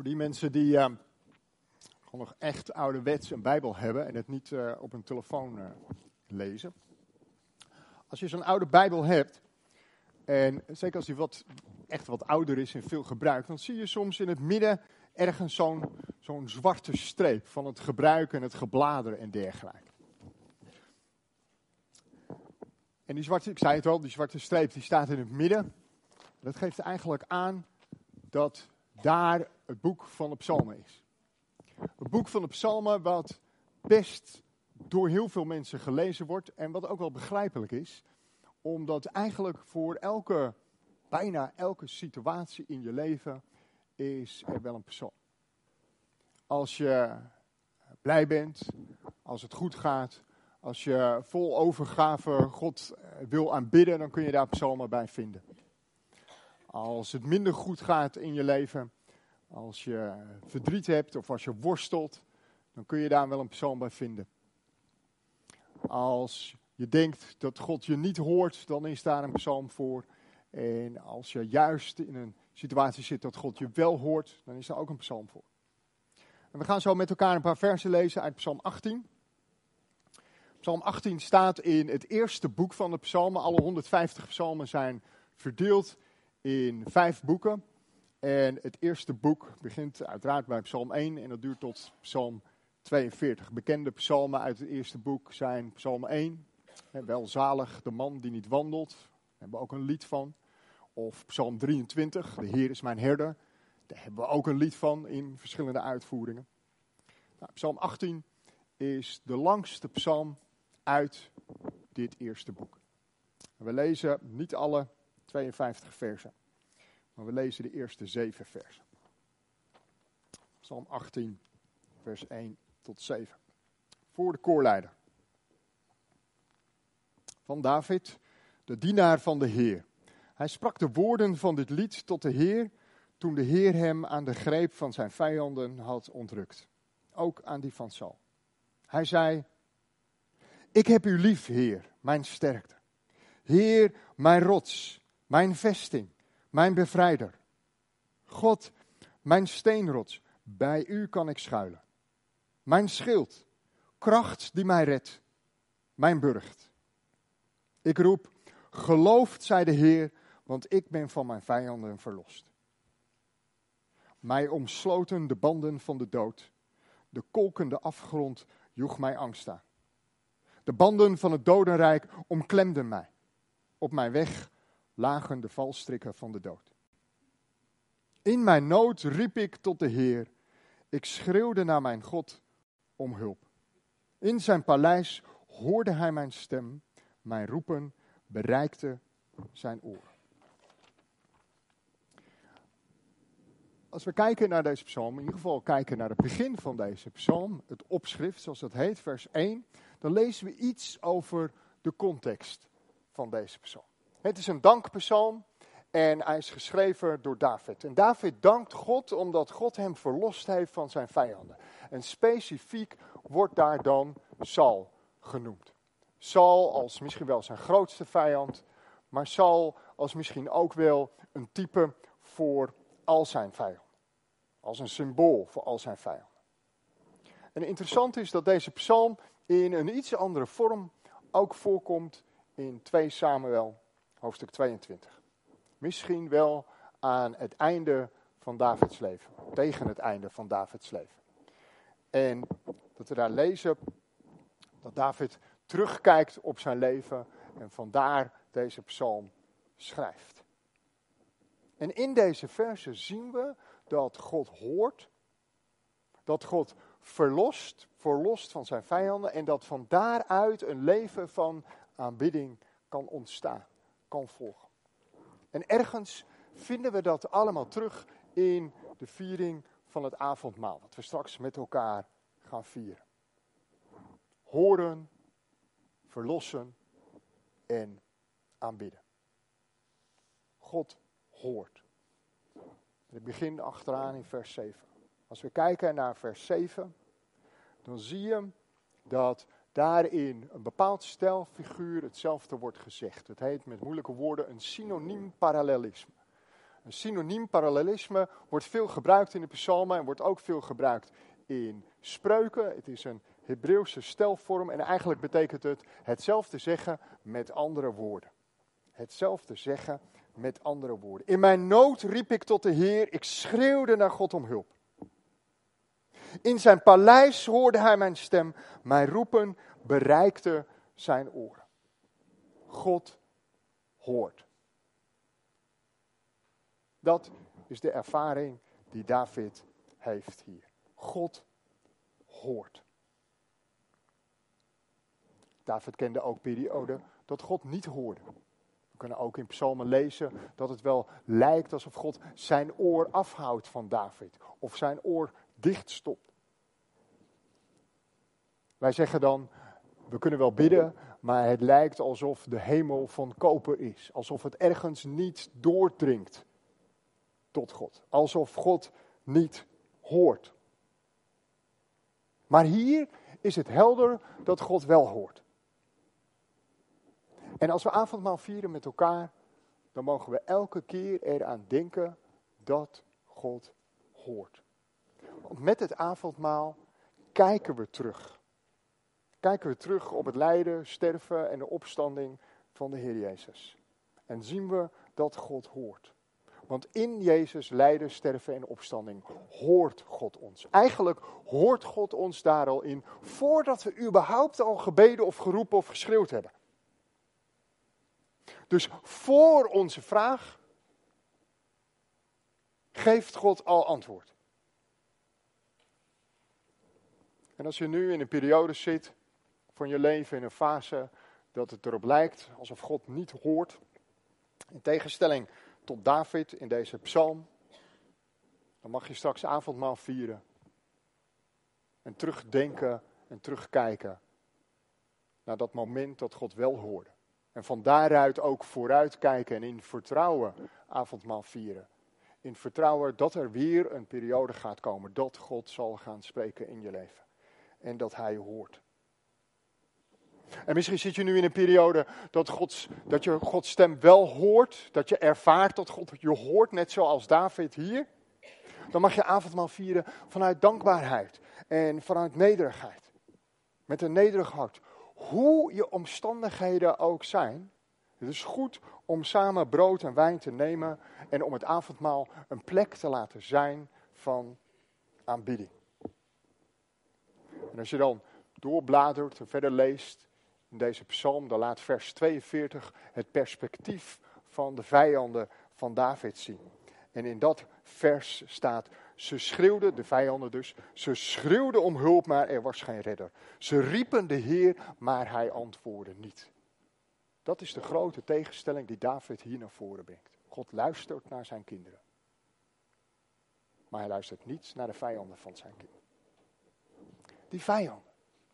Voor die mensen die gewoon nog echt ouderwets een Bijbel hebben en het niet op een telefoon lezen. Als je zo'n oude Bijbel hebt, en zeker als die echt wat ouder is en veel gebruikt, dan zie je soms in het midden ergens zo'n zwarte streep van het gebruik en het gebladeren en dergelijke. En die zwarte, ik zei het al, die zwarte streep die staat in het midden. Dat geeft eigenlijk aan dat daar het boek van de Psalmen is. Het boek van de Psalmen wat best door heel veel mensen gelezen wordt en wat ook wel begrijpelijk is. Omdat eigenlijk voor bijna elke situatie in je leven is er wel een psalm. Als je blij bent, als het goed gaat, als je vol overgave God wil aanbidden, dan kun je daar psalmen bij vinden. Als het minder goed gaat in je leven, als je verdriet hebt of als je worstelt, dan kun je daar wel een psalm bij vinden. Als je denkt dat God je niet hoort, dan is daar een psalm voor. En als je juist in een situatie zit dat God je wel hoort, dan is daar ook een psalm voor. En we gaan zo met elkaar een paar versen lezen uit Psalm 18. Psalm 18 staat in het eerste boek van de psalmen. Alle 150 psalmen zijn verdeeld in 5 boeken. En het eerste boek begint uiteraard bij Psalm 1 en dat duurt tot Psalm 42. Bekende psalmen uit het eerste boek zijn Psalm 1. Welzalig de man die niet wandelt. Daar hebben we ook een lied van. Of Psalm 23, de Heer is mijn herder. Daar hebben we ook een lied van in verschillende uitvoeringen. Nou, Psalm 18 is de langste psalm uit dit eerste boek. En we lezen niet alle 52 versen, maar we lezen de eerste 7 versen. Psalm 18, vers 1 tot 7. Voor de koorleider. Van David, de dienaar van de Heer. Hij sprak de woorden van dit lied tot de Heer, toen de Heer hem aan de greep van zijn vijanden had ontrukt. Ook aan die van Saul. Hij zei, ik heb u lief, Heer, mijn sterkte. Heer, mijn rots, mijn vesting, mijn bevrijder. God, mijn steenrots, bij u kan ik schuilen. Mijn schild, kracht die mij redt, mijn burcht. Ik roep, geloofd zij de Heer, want ik ben van mijn vijanden verlost. Mij omsloten de banden van de dood. De kolkende afgrond joeg mij angst aan. De banden van het dodenrijk omklemden mij. Op mijn weg lagen de valstrikken van de dood. In mijn nood riep ik tot de Heer. Ik schreeuwde naar mijn God om hulp. In zijn paleis hoorde hij mijn stem. Mijn roepen bereikte zijn oor. Als we kijken naar deze psalm, in ieder geval kijken naar het begin van deze psalm, het opschrift zoals dat heet, vers 1, dan lezen we iets over de context van deze psalm. Het is een dankpsalm en hij is geschreven door David. En David dankt God omdat God hem verlost heeft van zijn vijanden. En specifiek wordt daar dan Saul genoemd. Saul als misschien wel zijn grootste vijand, maar Saul als misschien ook wel een type voor al zijn vijanden. Als een symbool voor al zijn vijanden. En interessant is dat deze psalm in een iets andere vorm ook voorkomt in 2 Samuel, hoofdstuk 22. Misschien wel aan het einde van Davids leven. Tegen het einde van Davids leven. En dat we daar lezen dat David terugkijkt op zijn leven en vandaar deze psalm schrijft. En in deze versen zien we dat God hoort, dat God verlost van zijn vijanden en dat van daaruit een leven van aanbidding kan ontstaan, kan volgen. En ergens vinden we dat allemaal terug in de viering van het avondmaal, dat we straks met elkaar gaan vieren. Horen, verlossen en aanbidden. God hoort. Ik begin achteraan in vers 7. Als we kijken naar vers 7, dan zie je dat daarin een bepaald stijlfiguur hetzelfde wordt gezegd. Het heet met moeilijke woorden een synoniem parallelisme. Een synoniem parallelisme wordt veel gebruikt in de psalmen en wordt ook veel gebruikt in spreuken. Het is een Hebreeuwse stelvorm en eigenlijk betekent het hetzelfde zeggen met andere woorden. Hetzelfde zeggen met andere woorden. In mijn nood riep ik tot de Heer, ik schreeuwde naar God om hulp. In zijn paleis hoorde hij mijn stem, mijn roepen bereikte zijn oren. God hoort. Dat is de ervaring die David heeft hier. God hoort. David kende ook perioden dat God niet hoorde. We kunnen ook in psalmen lezen dat het wel lijkt alsof God zijn oor afhoudt van David. Of zijn oor dichtstopt. Wij zeggen dan, we kunnen wel bidden, maar het lijkt alsof de hemel van koper is. Alsof het ergens niet doordringt tot God. Alsof God niet hoort. Maar hier is het helder dat God wel hoort. En als we avondmaal vieren met elkaar, dan mogen we elke keer eraan denken dat God hoort. Want met het avondmaal kijken we terug. Kijken we terug op het lijden, sterven en de opstanding van de Heer Jezus. En zien we dat God hoort. Want in Jezus lijden, sterven en opstanding hoort God ons. Eigenlijk hoort God ons daar al in, voordat we überhaupt al gebeden of geroepen of geschreeuwd hebben. Dus voor onze vraag geeft God al antwoord. En als je nu in een periode zit van je leven, in een fase dat het erop lijkt alsof God niet hoort, in tegenstelling tot David in deze psalm, dan mag je straks avondmaal vieren en terugdenken en terugkijken naar dat moment dat God wel hoorde. En van daaruit ook vooruitkijken en in vertrouwen avondmaal vieren. In vertrouwen dat er weer een periode gaat komen dat God zal gaan spreken in je leven. En dat hij hoort. En misschien zit je nu in een periode dat je Gods stem wel hoort. Dat je ervaart dat God je hoort, net zoals David hier. Dan mag je avondmaal vieren vanuit dankbaarheid en vanuit nederigheid. Met een nederig hart. Hoe je omstandigheden ook zijn. Het is goed om samen brood en wijn te nemen en om het avondmaal een plek te laten zijn van aanbidding. En als je dan doorbladert en verder leest in deze psalm, dan laat vers 42 het perspectief van de vijanden van David zien. En in dat vers staat, ze schreeuwden, de vijanden dus, ze schreeuwden om hulp, maar er was geen redder. Ze riepen de Heer, maar hij antwoordde niet. Dat is de grote tegenstelling die David hier naar voren brengt. God luistert naar zijn kinderen. Maar hij luistert niet naar de vijanden van zijn kinderen. Die vijanden.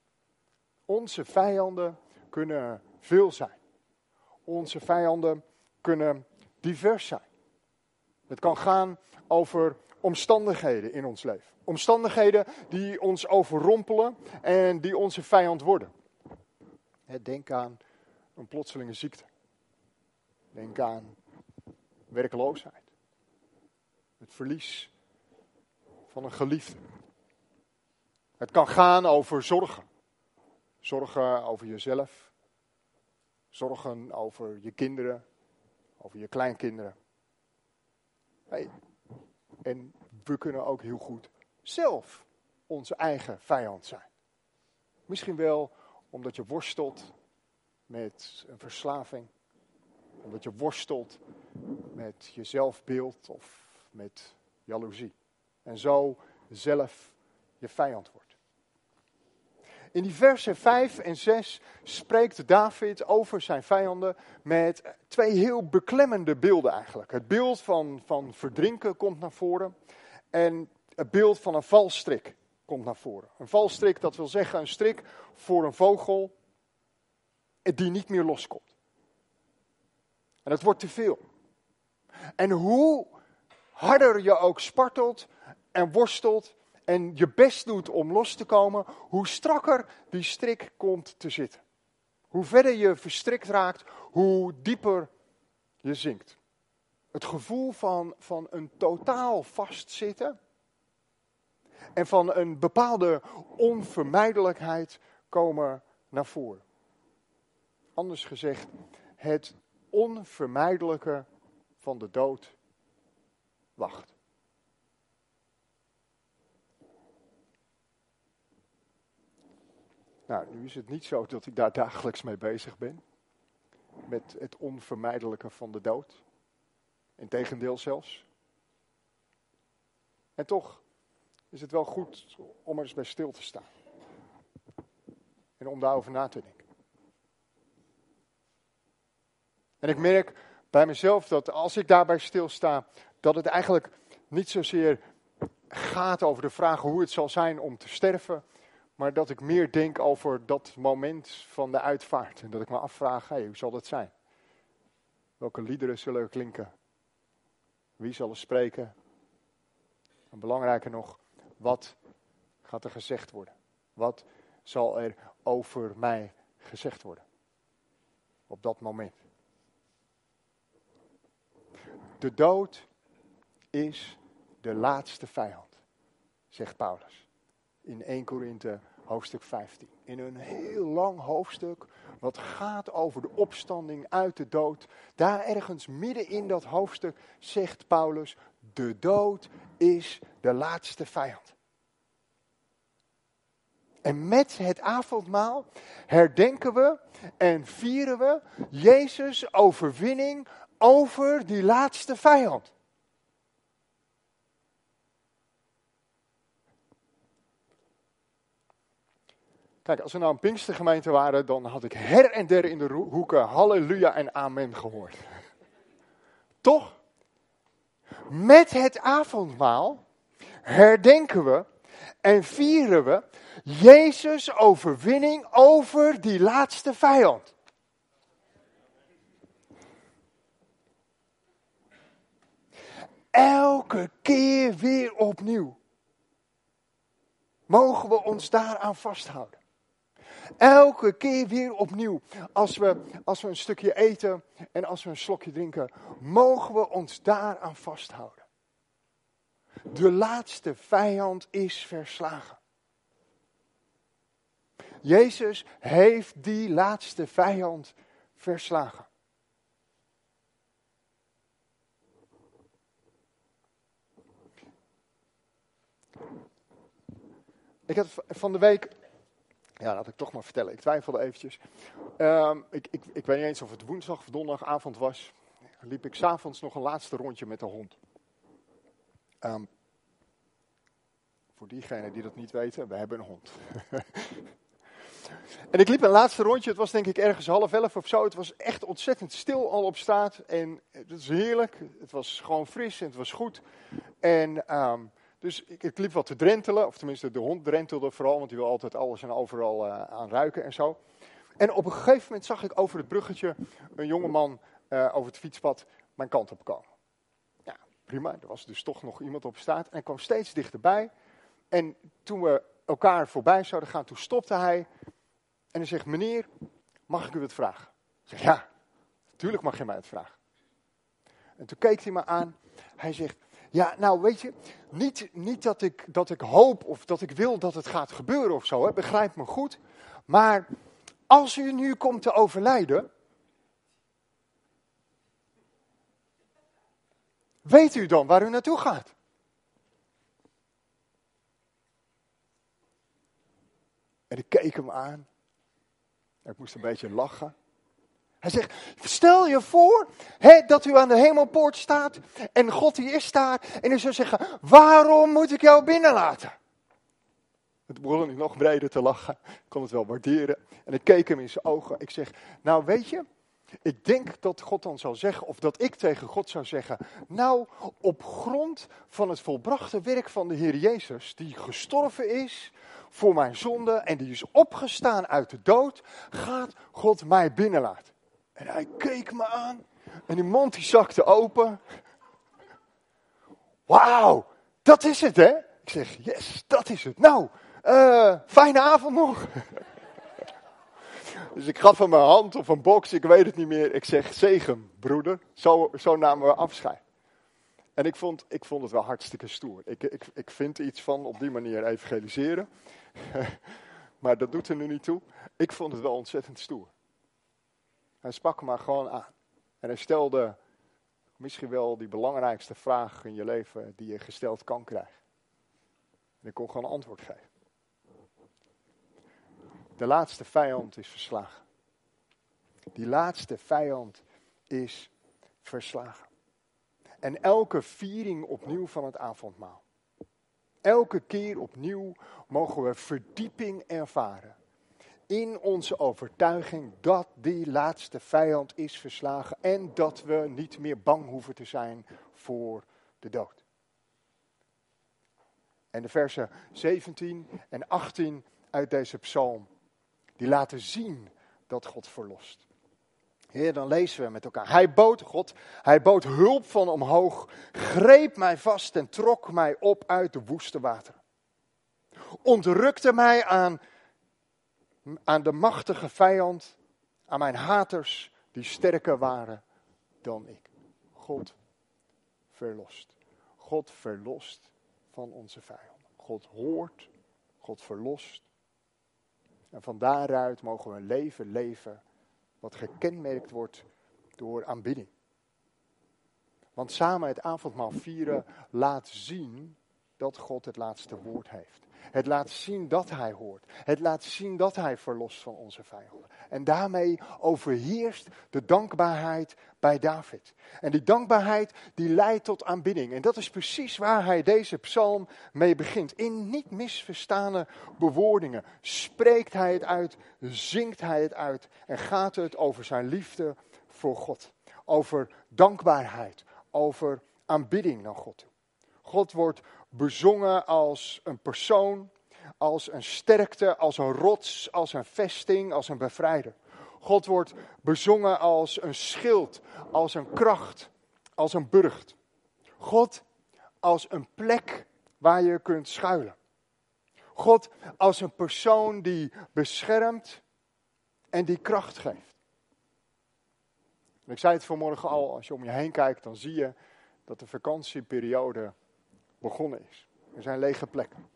Onze vijanden kunnen veel zijn. Onze vijanden kunnen divers zijn. Het kan gaan over omstandigheden in ons leven. Omstandigheden die ons overrompelen en die onze vijand worden. Denk aan een plotselinge ziekte. Denk aan werkloosheid. Het verlies van een geliefde. Het kan gaan over zorgen. Zorgen over jezelf. Zorgen over je kinderen. Over je kleinkinderen. En we kunnen ook heel goed zelf onze eigen vijand zijn. Misschien wel omdat je worstelt met een verslaving. Omdat je worstelt met je zelfbeeld of met jaloezie. En zo zelf je vijand wordt. In die versen 5 en 6 spreekt David over zijn vijanden met twee heel beklemmende beelden eigenlijk. Het beeld van verdrinken komt naar voren en het beeld van een valstrik komt naar voren. Een valstrik, dat wil zeggen een strik voor een vogel die niet meer loskomt. En het wordt te veel. En hoe harder je ook spartelt en worstelt en je best doet om los te komen, hoe strakker die strik komt te zitten. Hoe verder je verstrikt raakt, hoe dieper je zinkt. Het gevoel van een totaal vastzitten en van een bepaalde onvermijdelijkheid komen naar voren. Anders gezegd, het onvermijdelijke van de dood wacht. Nou, nu is het niet zo dat ik daar dagelijks mee bezig ben. Met het onvermijdelijke van de dood. Integendeel zelfs. En toch is het wel goed om er eens bij stil te staan. En om daarover na te denken. En ik merk bij mezelf dat als ik daarbij stilsta, dat het eigenlijk niet zozeer gaat over de vraag hoe het zal zijn om te sterven, maar dat ik meer denk over dat moment van de uitvaart. En dat ik me afvraag, hoe zal dat zijn? Welke liederen zullen er klinken? Wie zal er spreken? En belangrijker nog, wat gaat er gezegd worden? Wat zal er over mij gezegd worden? Op dat moment. De dood is de laatste vijand, zegt Paulus. In 1 Korinthe hoofdstuk 15. In een heel lang hoofdstuk wat gaat over de opstanding uit de dood. Daar ergens midden in dat hoofdstuk zegt Paulus, de dood is de laatste vijand. En met het avondmaal herdenken we en vieren we Jezus' overwinning over die laatste vijand. Kijk, als we nou een Pinkstergemeente waren, dan had ik her en der in de hoeken halleluja en amen gehoord. Toch? Met het avondmaal herdenken we en vieren we Jezus' overwinning over die laatste vijand. Elke keer weer opnieuw mogen we ons daaraan vasthouden. Elke keer weer opnieuw, als we een stukje eten en als we een slokje drinken, mogen we ons daaraan vasthouden. De laatste vijand is verslagen. Jezus heeft die laatste vijand verslagen. Ik had van de week, ja, laat ik toch maar vertellen, ik twijfelde eventjes. Ik weet niet eens of het woensdag of donderdagavond was. Liep ik 's avonds nog een laatste rondje met de hond. Voor diegenen die dat niet weten, we hebben een hond. En ik liep een laatste rondje, het was denk ik ergens 10:30 of zo. Het was echt ontzettend stil al op straat en het was heerlijk. Het was gewoon fris en het was goed. En dus ik liep wat te drentelen, of tenminste de hond drentelde vooral, want die wil altijd alles en overal aan ruiken en zo. En op een gegeven moment zag ik over het bruggetje een jongeman over het fietspad mijn kant op komen. Ja, prima, er was dus toch nog iemand op straat en hij kwam steeds dichterbij. En toen we elkaar voorbij zouden gaan, toen stopte hij en hij zegt, meneer, mag ik u wat vragen? Ik zeg, ja, natuurlijk mag je mij het vragen. En toen keek hij me aan, hij zegt, ja, nou weet je, niet dat ik hoop of dat ik wil dat het gaat gebeuren of zo, hè, begrijp me goed. Maar als u nu komt te overlijden, weet u dan waar u naartoe gaat? En ik keek hem aan. Ik moest een beetje lachen. Hij zegt, stel je voor dat u aan de hemelpoort staat en God die is daar en u zou zeggen, waarom moet ik jou binnenlaten? Het begon ik nog breder te lachen, ik kon het wel waarderen. En ik keek hem in zijn ogen, ik zeg, nou weet je, ik denk dat God dan zal zeggen, of dat ik tegen God zou zeggen, nou op grond van het volbrachte werk van de Heer Jezus, die gestorven is voor mijn zonde en die is opgestaan uit de dood, gaat God mij binnenlaten. En hij keek me aan en die mond die zakte open. Wauw, dat is het hè? Ik zeg, yes, dat is het. Nou, fijne avond nog. Dus ik gaf hem mijn hand of een box, ik weet het niet meer. Ik zeg, zegen broeder, zo namen we afscheid. En ik vond het wel hartstikke stoer. Ik vind iets van op die manier evangeliseren. Maar dat doet er nu niet toe. Ik vond het wel ontzettend stoer. Hij sprak maar gewoon aan. En hij stelde misschien wel die belangrijkste vraag in je leven die je gesteld kan krijgen. En ik kon gewoon antwoord geven. De laatste vijand is verslagen. Die laatste vijand is verslagen. En elke viering opnieuw van het avondmaal. Elke keer opnieuw mogen we verdieping ervaren. In onze overtuiging dat die laatste vijand is verslagen. En dat we niet meer bang hoeven te zijn voor de dood. En de versen 17 en 18 uit deze psalm. Die laten zien dat God verlost. Heer, dan lezen we met elkaar. Hij bood hulp van omhoog, greep mij vast en trok mij op uit de woeste wateren. Ontrukte mij aan de machtige vijand, aan mijn haters die sterker waren dan ik. God verlost. God verlost van onze vijanden. God hoort, God verlost. En van daaruit mogen we een leven leven wat gekenmerkt wordt door aanbidding. Want samen het avondmaal vieren laat zien dat God het laatste woord heeft. Het laat zien dat hij hoort. Het laat zien dat hij verlost van onze vijanden. En daarmee overheerst de dankbaarheid bij David. En die dankbaarheid die leidt tot aanbidding. En dat is precies waar hij deze psalm mee begint. In niet misverstane bewoordingen spreekt hij het uit, zingt hij het uit en gaat het over zijn liefde voor God. Over dankbaarheid, over aanbidding naar God toe. God wordt bezongen als een persoon, als een sterkte, als een rots, als een vesting, als een bevrijder. God wordt bezongen als een schild, als een kracht, als een burcht. God als een plek waar je kunt schuilen. God als een persoon die beschermt en die kracht geeft. En ik zei het vanmorgen al, als je om je heen kijkt, dan zie je dat de vakantieperiode begonnen is. Er zijn lege plekken.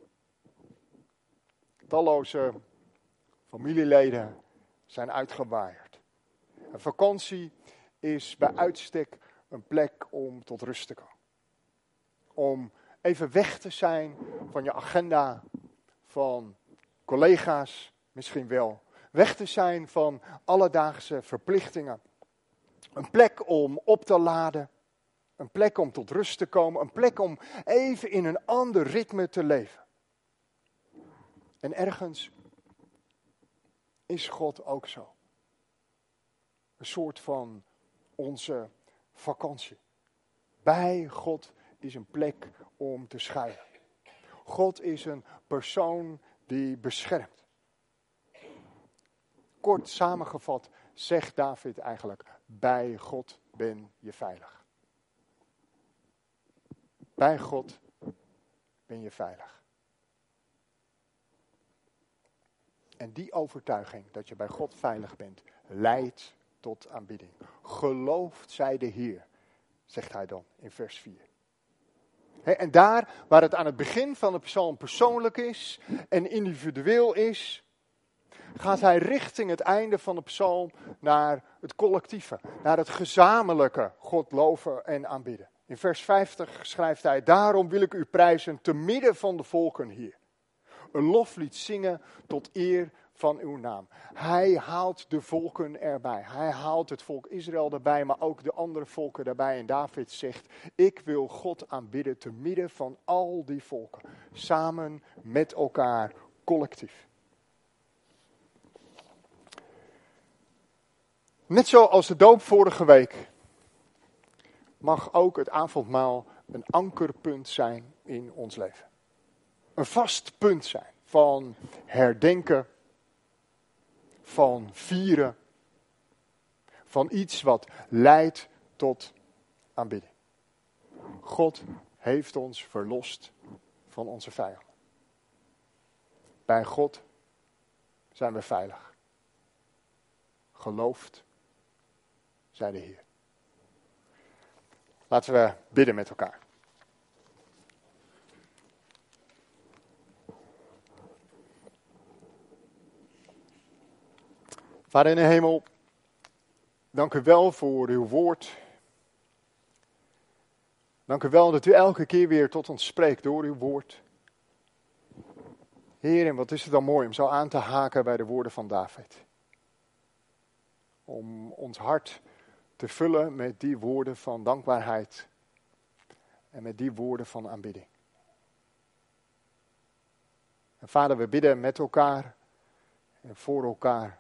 Talloze familieleden zijn uitgewaaid. Een vakantie is bij uitstek een plek om tot rust te komen. Om even weg te zijn van je agenda, van collega's misschien wel. Weg te zijn van alledaagse verplichtingen. Een plek om op te laden. Een plek om tot rust te komen. Een plek om even in een ander ritme te leven. En ergens is God ook zo. Een soort van onze vakantie. Bij God is een plek om te schuilen. God is een persoon die beschermt. Kort samengevat zegt David eigenlijk, bij God ben je veilig. Bij God ben je veilig. En die overtuiging dat je bij God veilig bent, leidt tot aanbidding. Geloofd zij de Heer, zegt hij dan in vers 4. En daar waar het aan het begin van de psalm persoonlijk is en individueel is, gaat hij richting het einde van de psalm naar het collectieve, naar het gezamenlijke God loven en aanbidden. In vers 50 schrijft hij, daarom wil ik u prijzen te midden van de volken hier. Een loflied zingen tot eer van uw naam. Hij haalt de volken erbij. Hij haalt het volk Israël erbij, maar ook de andere volken erbij. En David zegt, ik wil God aanbidden te midden van al die volken. Samen met elkaar, collectief. Net zoals de doop vorige week, mag ook het avondmaal een ankerpunt zijn in ons leven. Een vast punt zijn van herdenken, van vieren, van iets wat leidt tot aanbidding. God heeft ons verlost van onze vijanden. Bij God zijn we veilig. Geloofd zij de Heer. Laten we bidden met elkaar. Vader in de hemel, dank u wel voor uw woord. Dank u wel dat u elke keer weer tot ons spreekt door uw woord. Heer, en wat is het dan mooi om zo aan te haken bij de woorden van David. Om ons hart te vullen met die woorden van dankbaarheid en met die woorden van aanbidding. En Vader, we bidden met elkaar en voor elkaar.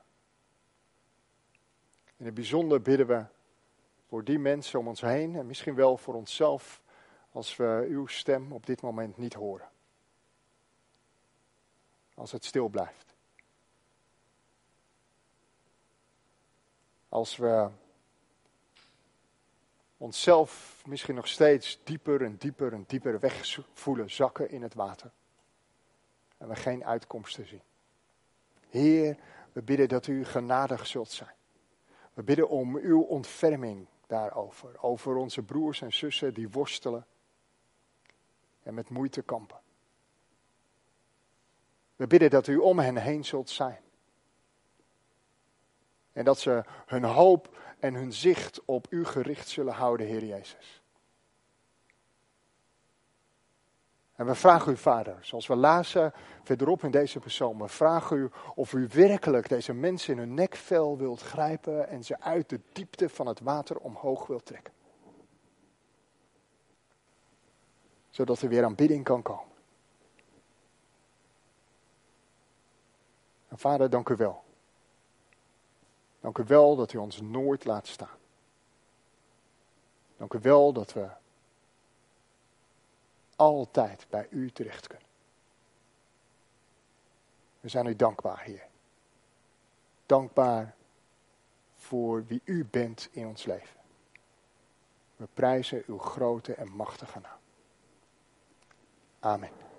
In het bijzonder bidden we voor die mensen om ons heen en misschien wel voor onszelf als we uw stem op dit moment niet horen. Als het stil blijft. Als we onszelf misschien nog steeds dieper en dieper en dieper weg voelen zakken in het water. En we geen uitkomsten zien. Heer, we bidden dat u genadig zult zijn. We bidden om uw ontferming daarover. Over onze broers en zussen die worstelen en met moeite kampen. We bidden dat u om hen heen zult zijn. En dat ze hun hoop en hun zicht op u gericht zullen houden, Heer Jezus. En we vragen u, Vader, zoals we lazen verderop in deze psalm, we vragen u of u werkelijk deze mensen in hun nekvel wilt grijpen en ze uit de diepte van het water omhoog wilt trekken. Zodat er weer aanbidding kan komen. En Vader, dank u wel. Dank u wel dat u ons nooit laat staan. Dank u wel dat we altijd bij u terecht kunnen. We zijn u dankbaar, Heer. Dankbaar voor wie u bent in ons leven. We prijzen uw grote en machtige naam. Amen.